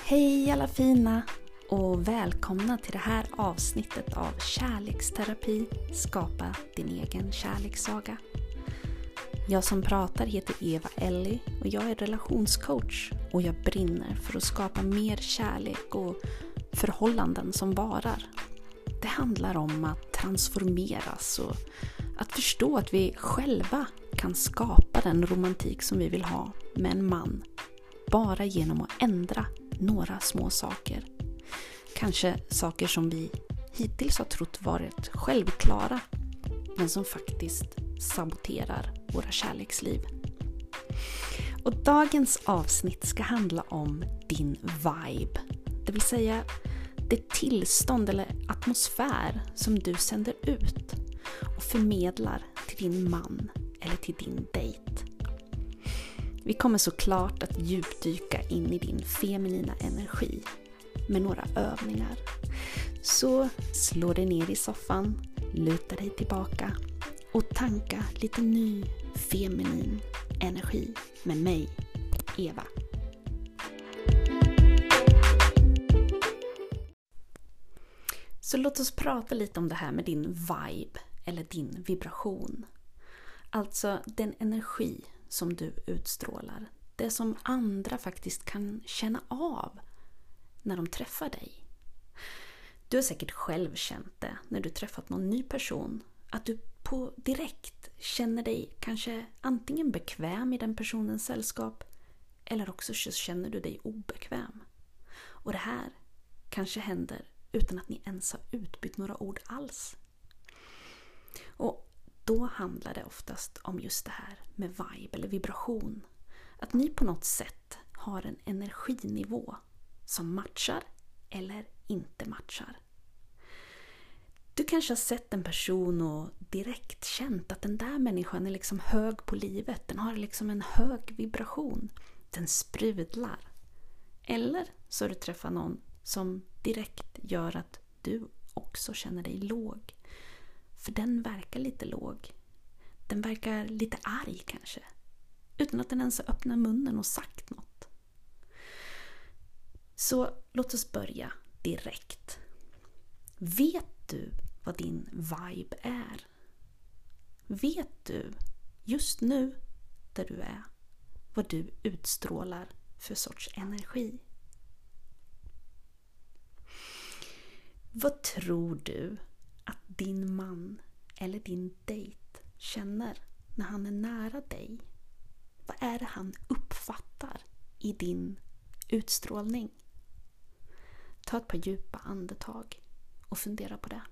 Hej alla fina och välkomna till det här avsnittet av Kärleksterapi, skapa din egen kärlekssaga. Jag som pratar heter Eva Ellie och jag är relationscoach och jag brinner för att skapa mer kärlek och förhållanden som varar. Det handlar om att transformeras och att förstå att vi själva kan skapa den romantik som vi vill ha med en man bara genom att ändra några små saker. Kanske saker som vi hittills har trott varit självklara men som faktiskt saboterar våra kärleksliv. Och dagens avsnitt ska handla om din vibe. Det vill säga det tillstånd eller atmosfär som du sänder ut och förmedlar till din man eller till din dejt. Vi kommer såklart att djupdyka in i din feminina energi med några övningar. Så slå dig ner i soffan, luta dig tillbaka och tanka lite ny feminin energi med mig, Eva. Så låt oss prata lite om det här med din vibe eller din vibration. Alltså den energi som du utstrålar. Det som andra faktiskt kan känna av när de träffar dig. Du har säkert själv känt det när du träffat någon ny person. Att du på direkt känner dig kanske antingen bekväm i den personens sällskap eller också så känner du dig obekväm. Och det här kanske händer utan att ni ens har utbytt några ord alls. Och då handlar det oftast om just det här med vibe eller vibration. Att ni på något sätt har en energinivå som matchar eller inte matchar. Du kanske har sett en person och direkt känt att den där människan är liksom hög på livet. Den har liksom en hög vibration. Den sprudlar. Eller så har du träffat någon som direkt gör att du också känner dig låg. För den verkar lite låg. Den verkar lite arg kanske. Utan att den ens har öppnat munnen och sagt något. Så låt oss börja direkt. Vet du vad din vibe är? Vet du just nu där du är vad du utstrålar för sorts energi? Vad tror du att din man eller din dejt känner när han är nära dig? Vad är det han uppfattar i din utstrålning? Ta ett par djupa andetag och fundera på det.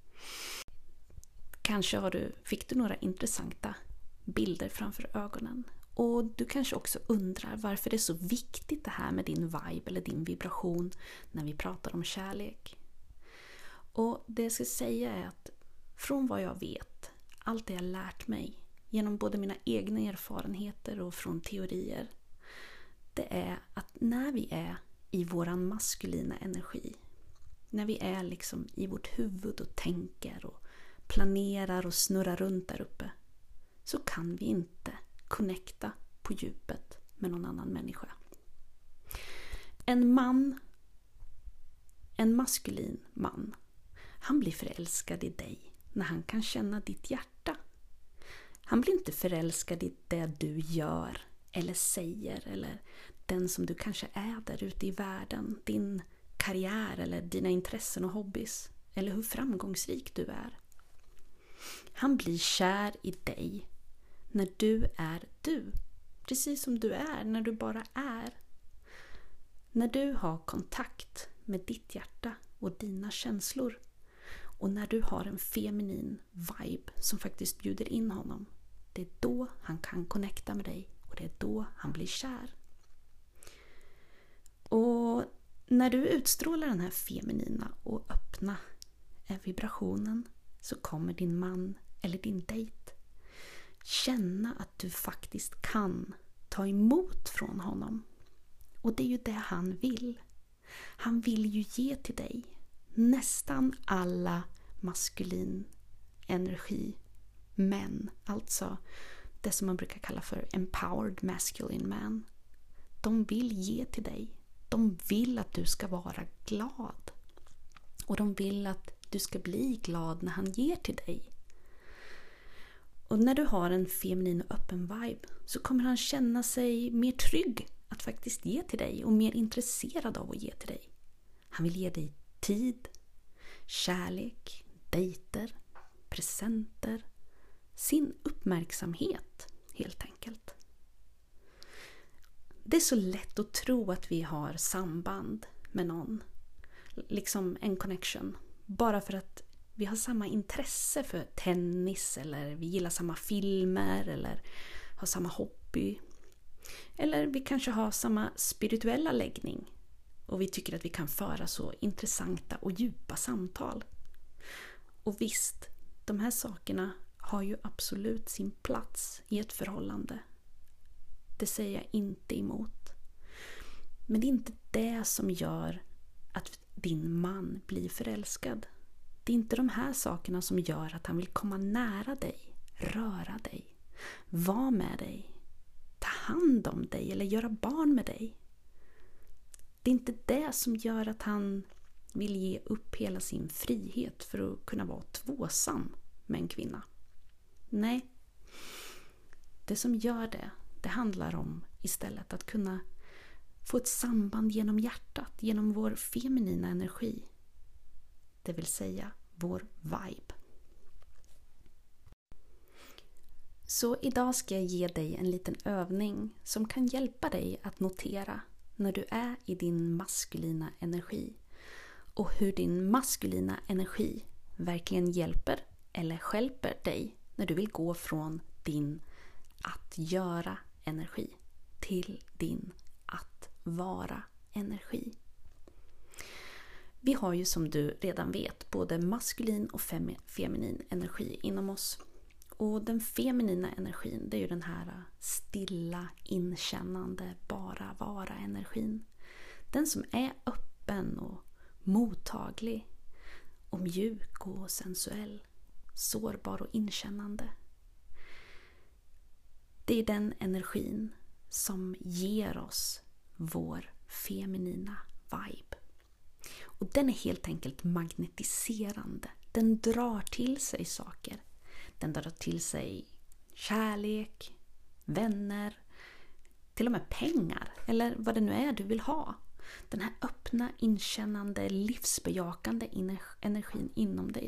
Kanske fick du några intressanta bilder framför ögonen. Och du kanske också undrar varför det är så viktigt det här med din vibe eller din vibration när vi pratar om kärlek. Och det jag ska säga är att från vad jag vet, allt det jag lärt mig genom både mina egna erfarenheter och från teorier, det är att när vi är i våran maskulina energi, när vi är liksom i vårt huvud och tänker och planerar och snurrar runt där uppe, så kan vi inte connecta på djupet med någon annan människa. En maskulin man, han blir förälskad i dig när han kan känna ditt hjärta. Han blir inte förälskad i det du gör eller säger eller den som du kanske är där ute i världen, din karriär eller dina intressen och hobbys eller hur framgångsrik du är. Han blir kär i dig när du är du, precis som du är, när du bara är. När du har kontakt med ditt hjärta och dina känslor. Och när du har en feminin vibe som faktiskt bjuder in honom. Det är då han kan connecta med dig. Och det är då han blir kär. Och när du utstrålar den här feminina och öppna vibrationen. Så kommer din man eller din dejt känna att du faktiskt kan ta emot från honom. Och det är ju det han vill. Han vill ju ge till dig nästan alla maskulin energi män, alltså det som man brukar kalla för empowered masculine man. De vill ge till dig. De vill att du ska vara glad. Och de vill att du ska bli glad när han ger till dig. Och när du har en feminin och öppen vibe så kommer han känna sig mer trygg att faktiskt ge till dig och mer intresserad av att ge till dig. Han vill ge dig tid, kärlek, dejter, presenter, sin uppmärksamhet helt enkelt. Det är så lätt att tro att vi har samband med någon, liksom en connection, bara för att vi har samma intresse för tennis eller vi gillar samma filmer eller har samma hobby. Eller vi kanske har samma spirituella läggning och vi tycker att vi kan föra så intressanta och djupa samtal. Och visst, de här sakerna har ju absolut sin plats i ett förhållande. Det säger jag inte emot. Men det är inte det som gör att din man blir förälskad. Det är inte de här sakerna som gör att han vill komma nära dig, röra dig, vara med dig, ta hand om dig eller göra barn med dig. Det är inte det som gör att han vill ge upp hela sin frihet för att kunna vara tvåsam med en kvinna. Nej, det som gör det handlar om istället att kunna få ett samband genom hjärtat, genom vår feminina energi. Det vill säga vår vibe. Så idag ska jag ge dig en liten övning som kan hjälpa dig att notera när du är i din maskulina energi. Och hur din maskulina energi verkligen hjälper eller stjälper dig när du vill gå från din att göra energi till din att vara energi. Vi har ju som du redan vet både maskulin och feminin energi inom oss. Och den feminina energin, det är ju den här stilla, inkännande, bara vara energin. Den som är öppen och mottaglig och mjuk och sensuell, sårbar och inkännande. Det är den energin som ger oss vår feminina vibe. Och den är helt enkelt magnetiserande. Den drar till sig saker. Den drar till sig kärlek, vänner, till och med pengar eller vad det nu är du vill ha. Den här öppna, inkännande, livsbejakande energin inom dig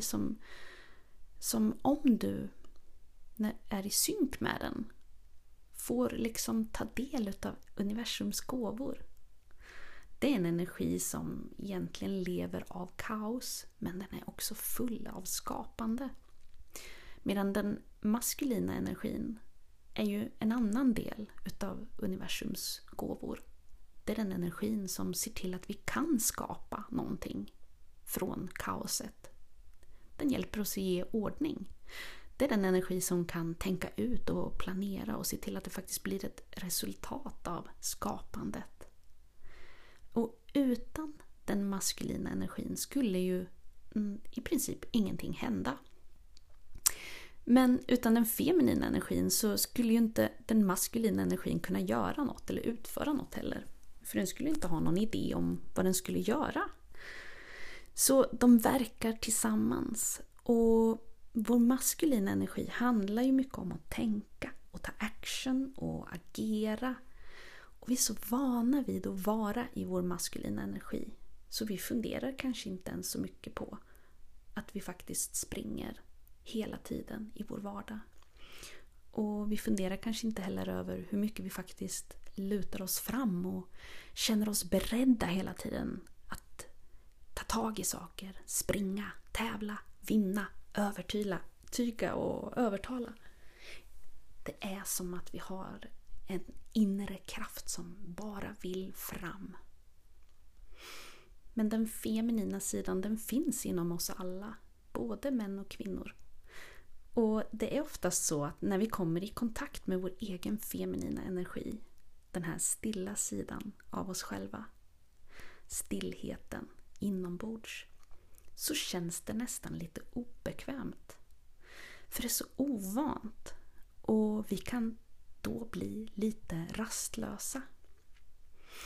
som om du är i synk med den får liksom ta del av universums gåvor. Det är en energi som egentligen lever av kaos, men den är också full av skapande. Medan den maskulina energin är ju en annan del utav universums gåvor. Det är den energin som ser till att vi kan skapa någonting från kaoset. Den hjälper oss att ge ordning. Det är den energi som kan tänka ut och planera och se till att det faktiskt blir ett resultat av skapandet. Och utan den maskulina energin skulle ju i princip ingenting hända. Men utan den feminina energin så skulle ju inte den maskulina energin kunna göra något eller utföra något heller. För den skulle inte ha någon idé om vad den skulle göra. Så de verkar tillsammans. Och vår maskulina energi handlar ju mycket om att tänka och ta action och agera. Och vi är så vana vid att vara i vår maskulina energi. Så vi funderar kanske inte ens så mycket på att vi faktiskt springer hela tiden i vår vardag. Och vi funderar kanske inte heller över hur mycket vi faktiskt lutar oss fram och känner oss beredda hela tiden att ta tag i saker, springa, tävla, vinna, övertyga och övertala. Det är som att vi har en inre kraft som bara vill fram. Men den feminina sidan, den finns inom oss alla, både män och kvinnor. Och det är oftast så att när vi kommer i kontakt med vår egen feminina energi, den här stilla sidan av oss själva, stillheten inombords, så känns det nästan lite obekvämt. För det är så ovant och vi kan då bli lite rastlösa.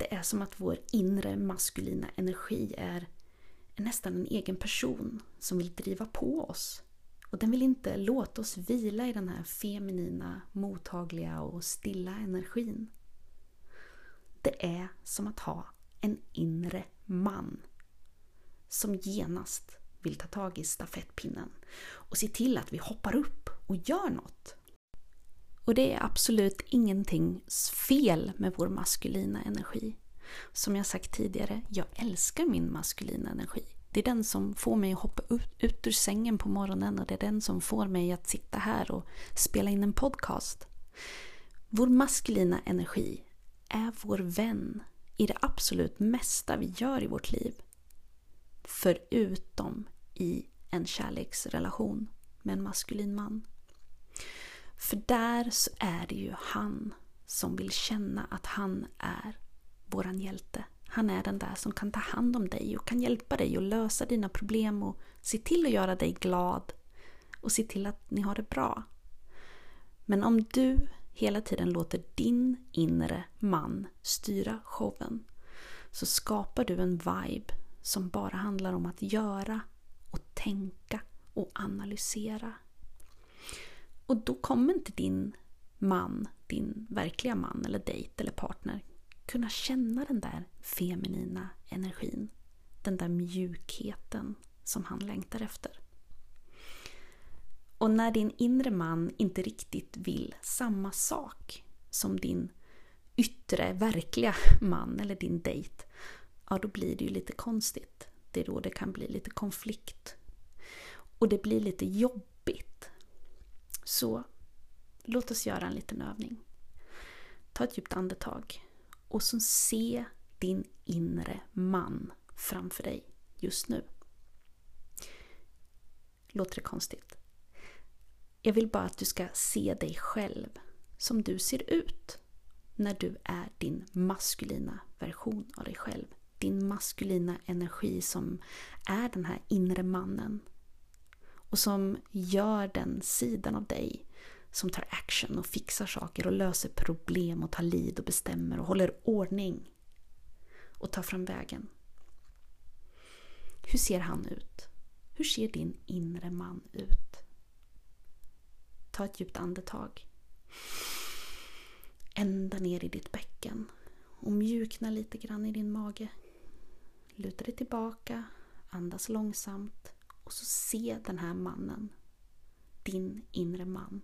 Det är som att vår inre maskulina energi är nästan en egen person som vill driva på oss. Och den vill inte låta oss vila i den här feminina, mottagliga och stilla energin. Det är som att ha en inre man som genast vill ta tag i stafettpinnen och se till att vi hoppar upp och gör något. Och det är absolut ingenting fel med vår maskulina energi. Som jag sagt tidigare, jag älskar min maskulina energi. Det är den som får mig att hoppa ut ur sängen på morgonen och det är den som får mig att sitta här och spela in en podcast. Vår maskulina energi är vår vän i det absolut mesta vi gör i vårt liv. Förutom i en kärleksrelation med en maskulin man. För där så är det ju han som vill känna att han är våran hjälte. Han är den där som kan ta hand om dig och kan hjälpa dig att lösa dina problem och se till att göra dig glad och se till att ni har det bra. Men om du hela tiden låter din inre man styra showen så skapar du en vibe som bara handlar om att göra och tänka och analysera. Och då kommer inte din man, din verkliga man eller dejt eller partner kunna känna den där feminina energin. Den där mjukheten som han längtar efter. Och när din inre man inte riktigt vill samma sak som din yttre, verkliga man eller din dejt, ja då blir det ju lite konstigt. Det är då det kan bli lite konflikt. Och det blir lite jobbigt. Så låt oss göra en liten övning. Ta ett djupt andetag. Och så se din inre man framför dig just nu. Låter det konstigt? Jag vill bara att du ska se dig själv som du ser ut när du är din maskulina version av dig själv. Din maskulina energi som är den här inre mannen. Och som gör den sidan av dig som tar action och fixar saker och löser problem och tar lid och bestämmer och håller ordning och tar fram vägen. Hur ser han ut? Hur ser din inre man ut? Ta ett djupt andetag. Ända ner i ditt bäcken och mjukna lite grann i din mage. Luta dig tillbaka, andas långsamt och så se den här mannen, din inre man.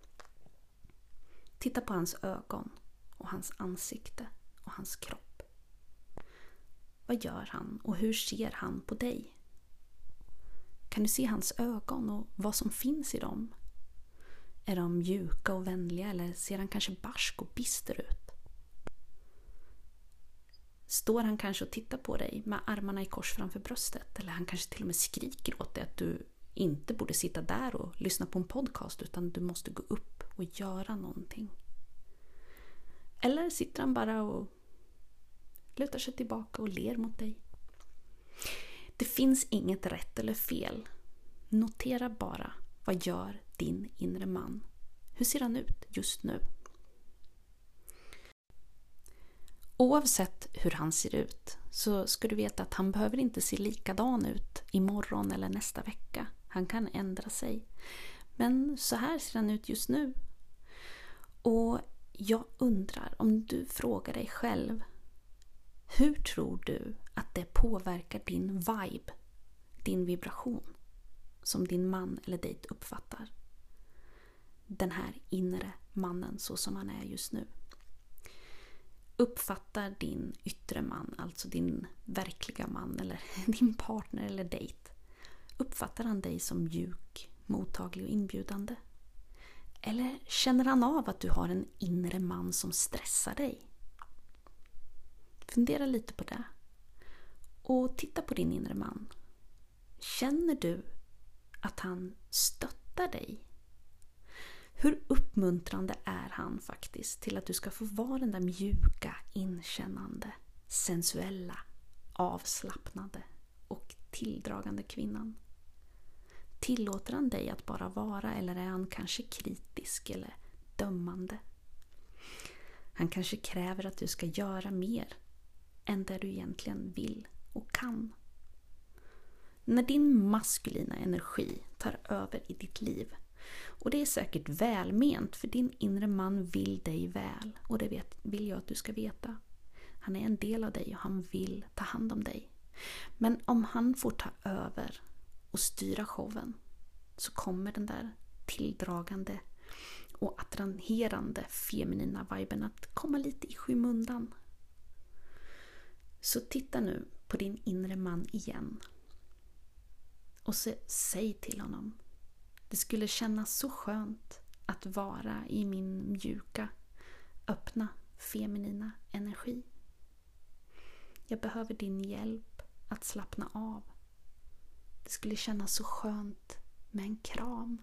Titta på hans ögon och hans ansikte och hans kropp. Vad gör han och hur ser han på dig? Kan du se hans ögon och vad som finns i dem? Är de mjuka och vänliga eller ser han kanske barsk och bister ut? Står han kanske och tittar på dig med armarna i kors framför bröstet? Eller han kanske till och med skriker åt dig att du inte borde sitta där och lyssna på en podcast utan du måste gå upp och göra någonting. Eller sitter han bara och lutar sig tillbaka och ler mot dig? Det finns inget rätt eller fel. Notera bara, vad gör din inre man? Hur ser han ut just nu? Oavsett hur han ser ut så ska du veta att han behöver inte se likadan ut imorgon eller nästa vecka. Han kan ändra sig. Men så här ser han ut just nu. Och jag undrar om du frågar dig själv. Hur tror du att det påverkar din vibe, din vibration som din man eller dejt uppfattar? Den här inre mannen så som han är just nu. Uppfattar din yttre man, alltså din verkliga man eller din partner eller dejt, uppfattar han dig som mjuk, mottaglig och inbjudande? Eller känner han av att du har en inre man som stressar dig? Fundera lite på det. Och titta på din inre man. Känner du att han stöttar dig? Hur uppmuntrande är han faktiskt till att du ska få vara den där mjuka, inkännande, sensuella, avslappnade och tilldragande kvinnan? Tillåter han dig att bara vara eller är han kanske kritisk eller dömande? Han kanske kräver att du ska göra mer än det du egentligen vill och kan. När din maskulina energi tar över i ditt liv, och det är säkert välment för din inre man vill dig väl, och det vill jag att du ska veta. Han är en del av dig och han vill ta hand om dig. Men om han får ta över och styra showen, så kommer den där tilldragande och attraherande feminina viben att komma lite i skymundan. Så titta nu på din inre man igen. Och säg till honom: det skulle kännas så skönt att vara i min mjuka, öppna, feminina energi. Jag behöver din hjälp att slappna av. Det skulle kännas så skönt med en kram.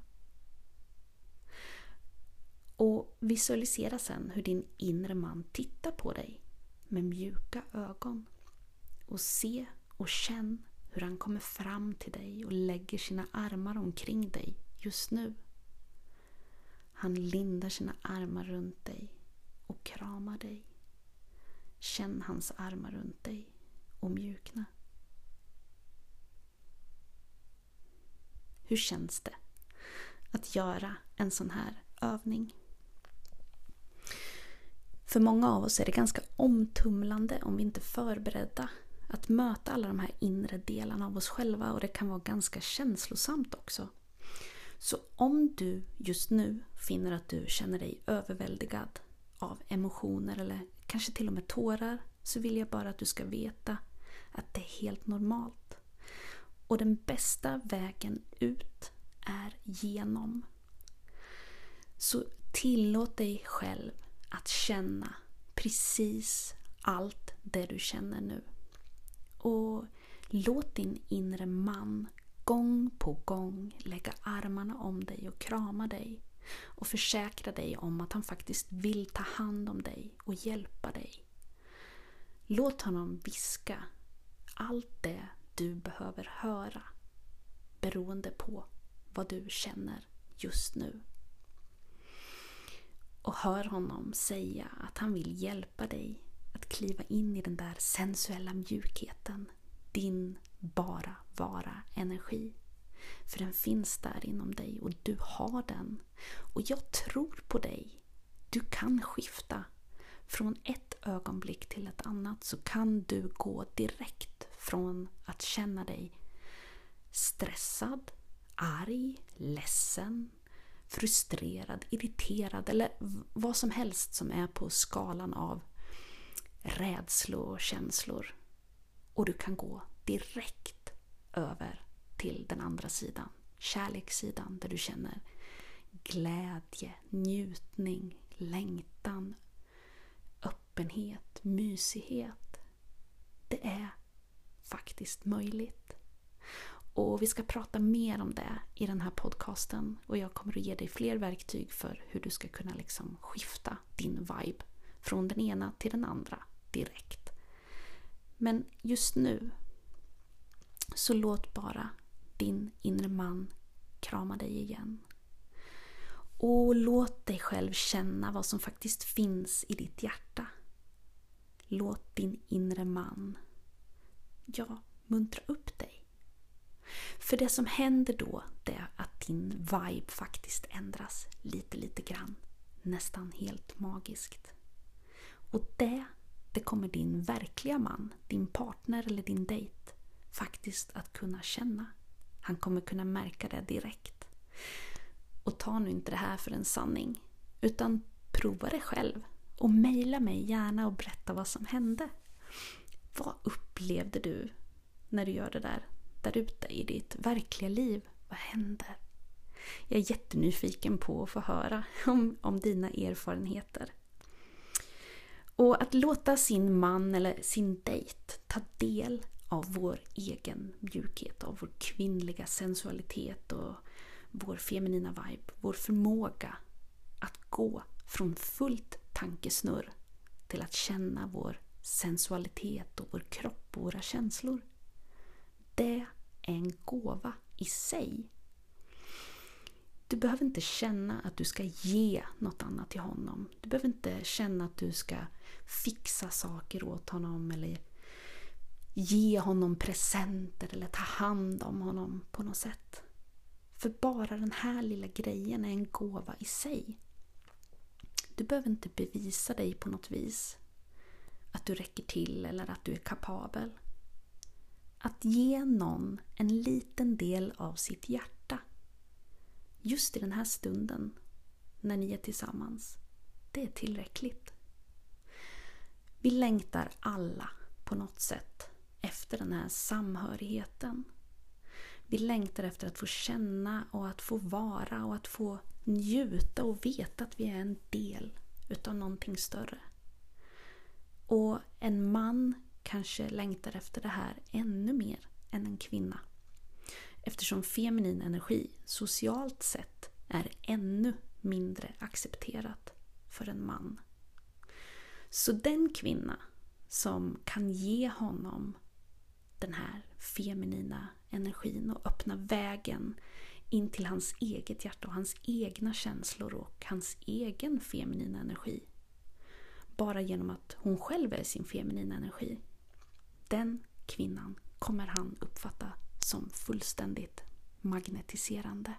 Och visualisera sen hur din inre man tittar på dig med mjuka ögon. Och se och känn hur han kommer fram till dig och lägger sina armar omkring dig just nu. Han lindar sina armar runt dig och kramar dig. Känn hans armar runt dig och mjukna. Hur känns det att göra en sån här övning? För många av oss är det ganska omtumlande om vi inte är förberedda att möta alla de här inre delarna av oss själva, och det kan vara ganska känslosamt också. Så om du just nu finner att du känner dig överväldigad av emotioner eller kanske till och med tårar, så vill jag bara att du ska veta att det är helt normalt. Och den bästa vägen ut är genom. Så tillåt dig själv att känna precis allt det du känner nu. Och låt din inre man gång på gång lägga armarna om dig och krama dig. Och försäkra dig om att han faktiskt vill ta hand om dig och hjälpa dig. Låt honom viska allt det du behöver höra, beroende på vad du känner just nu. Och hör honom säga att han vill hjälpa dig att kliva in i den där sensuella mjukheten, din bara vara energi. För den finns där inom dig och du har den. Och jag tror på dig. Du kan skifta. Från ett ögonblick till ett annat så kan du gå direkt från att känna dig stressad, arg, ledsen, frustrerad, irriterad eller vad som helst som är på skalan av rädslor och känslor. Och du kan gå direkt över till den andra sidan, kärlekssidan, där du känner glädje, njutning, längtan, öppenhet, mysighet. Det är faktiskt möjligt. Och vi ska prata mer om det i den här podcasten, och jag kommer att ge dig fler verktyg för hur du ska kunna skifta din vibe från den ena till den andra direkt. Men just nu så låt bara din inre man krama dig igen. Och låt dig själv känna vad som faktiskt finns i ditt hjärta. Låt din inre man muntra upp dig. För det som händer då, det är att din vibe faktiskt ändras lite grann. Nästan helt magiskt. Och det kommer din verkliga man, din partner eller din dejt faktiskt att kunna känna. Han kommer kunna märka det direkt. Och ta nu inte det här för en sanning, utan prova det själv. Och mejla mig gärna och berätta vad som hände. Vad upplevde du när du gör det där ute i ditt verkliga liv? Vad händer? Jag är jättenyfiken på att få höra om dina erfarenheter. Och att låta sin man eller sin dejt ta del av vår egen mjukhet, av vår kvinnliga sensualitet och vår feminina vibe, vår förmåga att gå från fullt tankesnurr till att känna vår sensualitet och vår kropp och våra känslor. Det är en gåva i sig. Du behöver inte känna att du ska ge något annat till honom. Du behöver inte känna att du ska fixa saker åt honom eller ge honom presenter eller ta hand om honom på något sätt. För bara den här lilla grejen är en gåva i sig. Du behöver inte bevisa dig på något vis. Att du räcker till eller att du är kapabel. Att ge någon en liten del av sitt hjärta. Just i den här stunden när ni är tillsammans. Det är tillräckligt. Vi längtar alla på något sätt efter den här samhörigheten. Vi längtar efter att få känna och att få vara och att få njuta och veta att vi är en del utav någonting större. Och en man kanske längtar efter det här ännu mer än en kvinna. Eftersom feminin energi socialt sett är ännu mindre accepterat för en man. Så den kvinna som kan ge honom den här feminina energin och öppna vägen in till hans eget hjärta och hans egna känslor och hans egen feminina energi. Bara genom att hon själv är sin feminina energi. Den kvinnan kommer han uppfatta som fullständigt magnetiserande.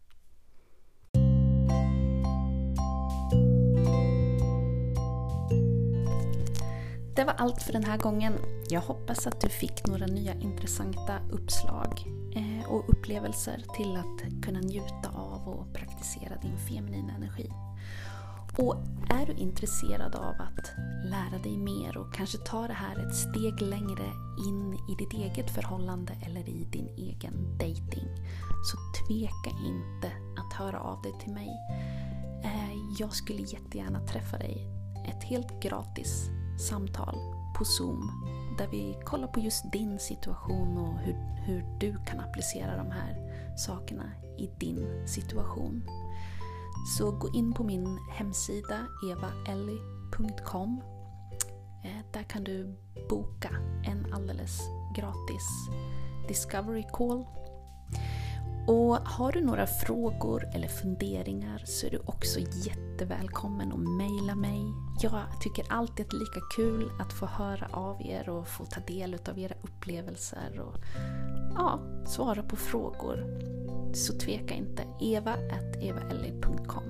Det var allt för den här gången. Jag hoppas att du fick några nya intressanta uppslag och upplevelser till att kunna njuta av och praktisera din feminina energi. Och är du intresserad av att lära dig mer och kanske ta det här ett steg längre in i ditt eget förhållande eller i din egen dating, så tveka inte att höra av dig till mig. Jag skulle jättegärna träffa dig. Ett helt gratis samtal på Zoom där vi kollar på just din situation och hur du kan applicera de här sakerna i din situation. Så gå in på min hemsida evaelli.com. Där kan du boka en alldeles gratis discovery call. Och har du några frågor eller funderingar så är du också jättevälkommen att mejla mig. Jag tycker alltid att det är lika kul att få höra av er och få ta del av era upplevelser och svara på frågor. Så tveka inte. eva@evaelli.com.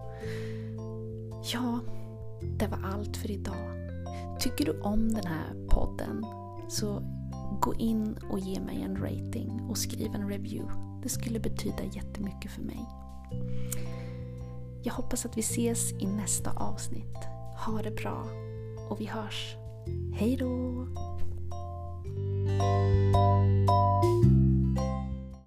Ja, det var allt för idag. Tycker du om den här podden så gå in och ge mig en rating och skriv en review. Det skulle betyda jättemycket för mig. Jag hoppas att vi ses i nästa avsnitt. Ha det bra och vi hörs. Hej då!